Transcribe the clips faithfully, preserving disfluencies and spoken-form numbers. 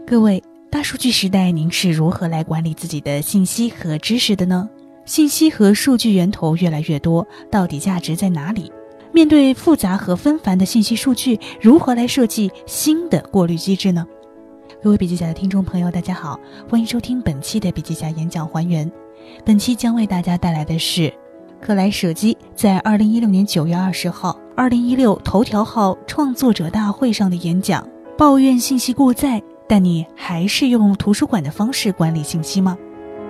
各位，大数据时代，您是如何来管理自己的信息和知识的呢？信息和数据源头越来越多，到底价值在哪里？面对复杂和纷繁的信息数据，如何来设计新的过滤机制呢？各位笔记侠的听众朋友，大家好，欢迎收听本期的笔记侠演讲还原。本期将为大家带来的是克莱舍基在二零一六年九月二十号二零一六头条号创作者大会上的演讲，抱怨信息过载，但你还是用图书馆的方式管理信息吗？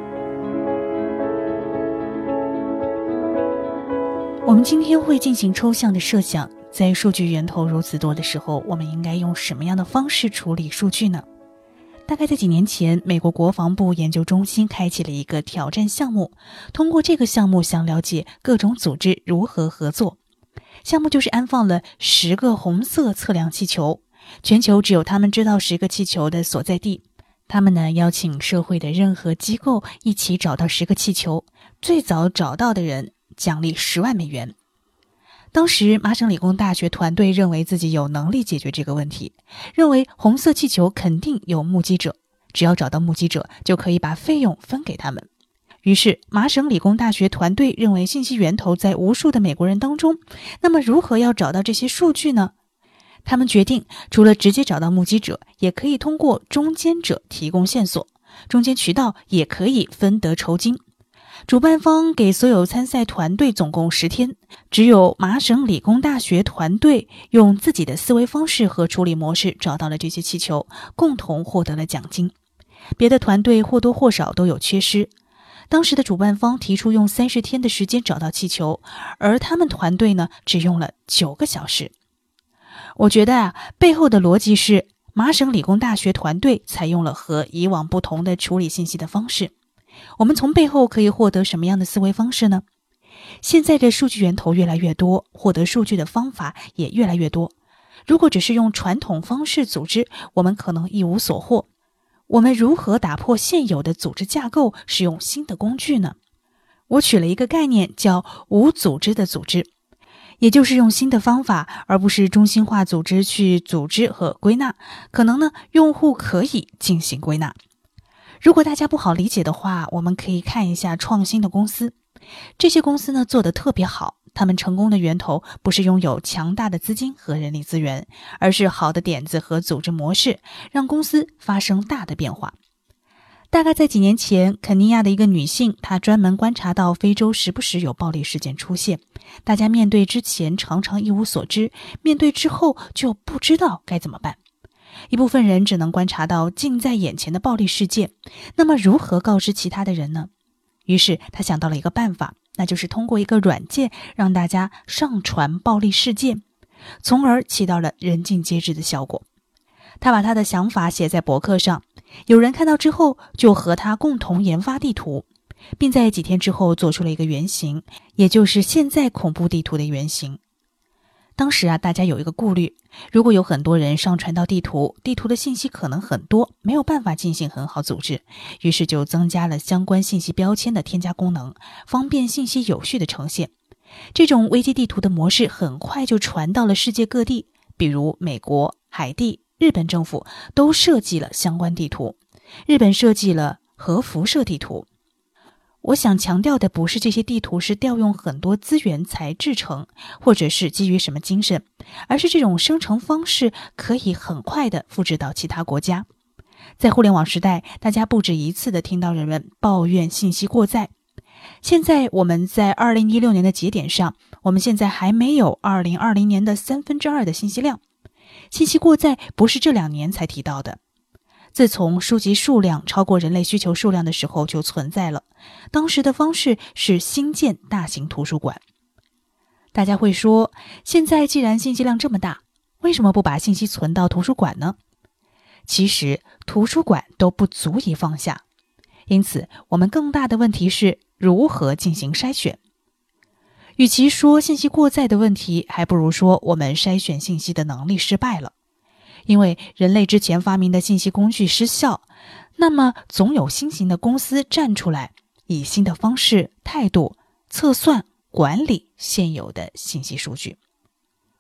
我们今天会进行抽象的设想，在数据源头如此多的时候，我们应该用什么样的方式处理数据呢？大概在几年前，美国国防部研究中心开启了一个挑战项目，通过这个项目想了解各种组织如何合作。项目就是安放了十个红色测量气球，全球只有他们知道十个气球的所在地。他们呢邀请社会的任何机构一起找到十个气球，最早找到的人奖励十万美元。当时麻省理工大学团队认为自己有能力解决这个问题，认为红色气球肯定有目击者，只要找到目击者就可以把费用分给他们。于是麻省理工大学团队认为信息源头在无数的美国人当中，那么如何要找到这些数据呢？他们决定除了直接找到目击者，也可以通过中间者提供线索，中间渠道也可以分得酬金。主办方给所有参赛团队总共十天，只有麻省理工大学团队用自己的思维方式和处理模式找到了这些气球，共同获得了奖金。别的团队或多或少都有缺失。当时的主办方提出用三十天的时间找到气球，而他们团队呢，只用了九个小时。我觉得啊，背后的逻辑是麻省理工大学团队采用了和以往不同的处理信息的方式。我们从背后可以获得什么样的思维方式呢？现在的数据源头越来越多，获得数据的方法也越来越多。如果只是用传统方式组织，我们可能一无所获。我们如何打破现有的组织架构，使用新的工具呢？我取了一个概念叫无组织的组织，也就是用新的方法，而不是中心化组织去组织和归纳。可能呢，用户可以进行归纳。如果大家不好理解的话，我们可以看一下创新的公司。这些公司呢做得特别好，他们成功的源头不是拥有强大的资金和人力资源，而是好的点子和组织模式，让公司发生大的变化。大概在几年前，肯尼亚的一个女性，她专门观察到非洲时不时有暴力事件出现，大家面对之前常常一无所知，面对之后就不知道该怎么办。一部分人只能观察到近在眼前的暴力事件，那么如何告知其他的人呢？于是他想到了一个办法，那就是通过一个软件让大家上传暴力事件，从而起到了人尽皆知的效果。他把他的想法写在博客上，有人看到之后就和他共同研发地图，并在几天之后做出了一个原型，也就是现在恐怖地图的原型。当时啊，大家有一个顾虑，如果有很多人上传到地图，地图的信息可能很多，没有办法进行很好组织，于是就增加了相关信息标签的添加功能，方便信息有序的呈现。这种危机地图的模式很快就传到了世界各地，比如美国、海地、日本政府都设计了相关地图，日本设计了核辐射地图。我想强调的不是这些地图是调用很多资源才制成，或者是基于什么精神，而是这种生成方式可以很快的复制到其他国家。在互联网时代，大家不止一次的听到人们抱怨信息过载。现在我们在二零一六年的节点上，我们现在还没有二零二零年的三分之二的信息量。信息过载不是这两年才提到的。自从书籍数量超过人类需求数量的时候就存在了，当时的方式是新建大型图书馆。大家会说，现在既然信息量这么大，为什么不把信息存到图书馆呢？其实图书馆都不足以放下，因此我们更大的问题是如何进行筛选。与其说信息过载的问题，还不如说我们筛选信息的能力失败了。因为人类之前发明的信息工具失效，那么总有新型的公司站出来，以新的方式、态度测算、管理现有的信息数据。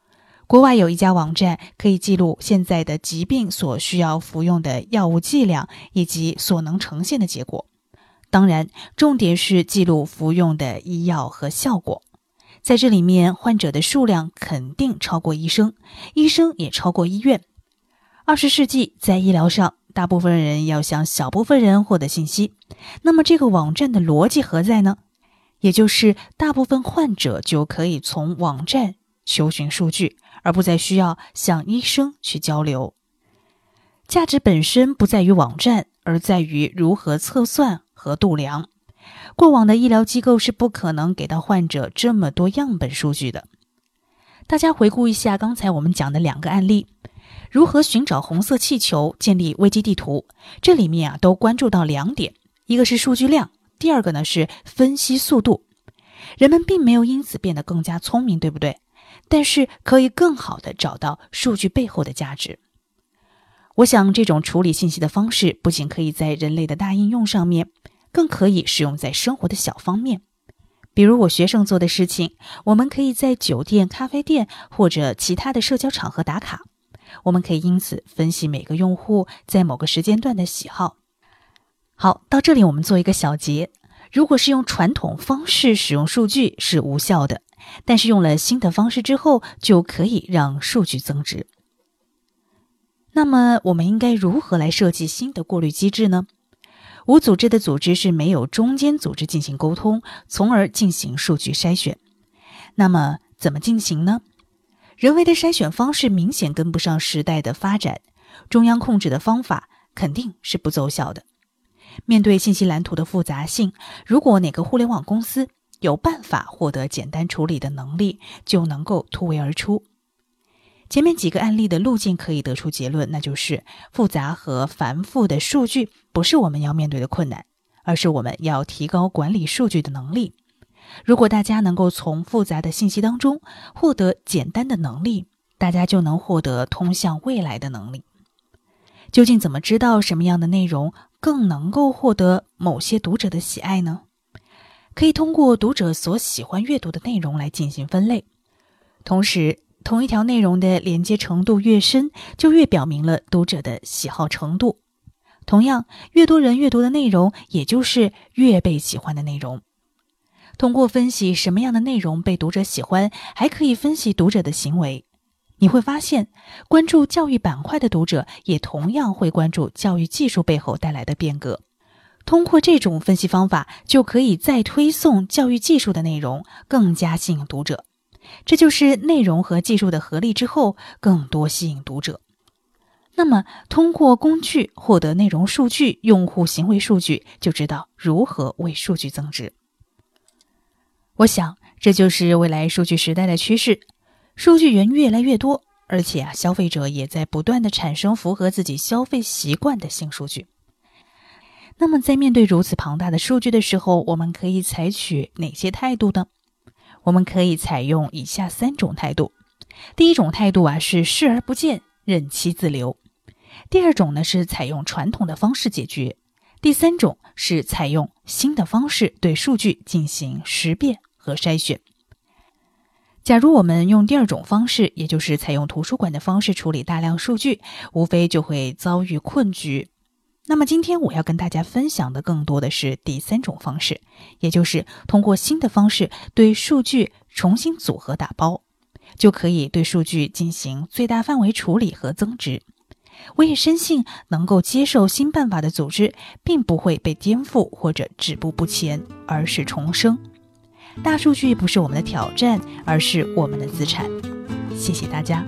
国外有一家网站可以记录现在的疾病所需要服用的药物剂量以及所能呈现的结果。当然，重点是记录服用的医药和效果。在这里面，患者的数量肯定超过医生，医生也超过医院。二十世纪，在医疗上，大部分人要向小部分人获得信息。那么这个网站的逻辑何在呢？也就是大部分患者就可以从网站求寻数据，而不再需要向医生去交流。价值本身不在于网站，而在于如何测算和度量。过往的医疗机构是不可能给到患者这么多样本数据的。大家回顾一下刚才我们讲的两个案例，如何寻找红色气球，建立危机地图，这里面啊都关注到两点，一个是数据量，第二个呢是分析速度。人们并没有因此变得更加聪明，对不对？但是可以更好地找到数据背后的价值。我想这种处理信息的方式不仅可以在人类的大应用上面，更可以使用在生活的小方面。比如我学生做的事情，我们可以在酒店、咖啡店或者其他的社交场合打卡。我们可以因此分析每个用户在某个时间段的喜好。好，到这里我们做一个小结。如果是用传统方式使用数据是无效的，但是用了新的方式之后，就可以让数据增值。那么我们应该如何来设计新的过滤机制呢？无组织的组织是没有中间组织进行沟通，从而进行数据筛选。那么怎么进行呢？人为的筛选方式明显跟不上时代的发展，中央控制的方法肯定是不奏效的。面对信息蓝图的复杂性，如果哪个互联网公司有办法获得简单处理的能力，就能够突围而出。前面几个案例的路径可以得出结论，那就是复杂和繁复的数据不是我们要面对的困难，而是我们要提高管理数据的能力。如果大家能够从复杂的信息当中获得简单的能力，大家就能获得通向未来的能力。究竟怎么知道什么样的内容更能够获得某些读者的喜爱呢？可以通过读者所喜欢阅读的内容来进行分类。同时，同一条内容的连接程度越深，就越表明了读者的喜好程度。同样，越多人阅读的内容，也就是越被喜欢的内容。通过分析什么样的内容被读者喜欢，还可以分析读者的行为。你会发现，关注教育板块的读者也同样会关注教育技术背后带来的变革。通过这种分析方法，就可以再推送教育技术的内容，更加吸引读者。这就是内容和技术的合力之后，更多吸引读者。那么，通过工具获得内容数据、用户行为数据，就知道如何为数据增值。我想，这就是未来数据时代的趋势。数据源越来越多，而且啊，消费者也在不断地产生符合自己消费习惯的新数据。那么在面对如此庞大的数据的时候，我们可以采取哪些态度呢？我们可以采用以下三种态度。第一种态度啊是视而不见，任其自流。第二种呢是采用传统的方式解决。第三种是采用新的方式对数据进行识别和筛选。假如我们用第二种方式，也就是采用图书馆的方式处理大量数据，无非就会遭遇困局。那么今天我要跟大家分享的更多的是第三种方式，也就是通过新的方式对数据重新组合打包，就可以对数据进行最大范围处理和增值。我也深信能够接受新办法的组织并不会被颠覆或者止步不前，而是重生。大数据不是我们的挑战，而是我们的资产。谢谢大家。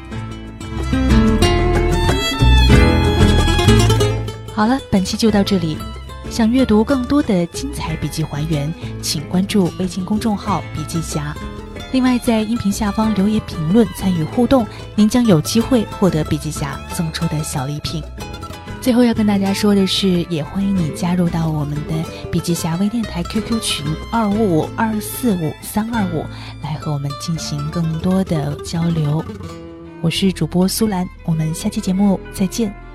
好了，本期就到这里。想阅读更多的精彩笔记还原，请关注微信公众号笔记侠。另外，在音频下方留言评论参与互动，您将有机会获得笔记侠赠出的小礼品。最后要跟大家说的是，也欢迎你加入到我们的笔记侠微电台 Q Q 群二五五二四五三二五，来和我们进行更多的交流。我是主播苏兰，我们下期节目再见。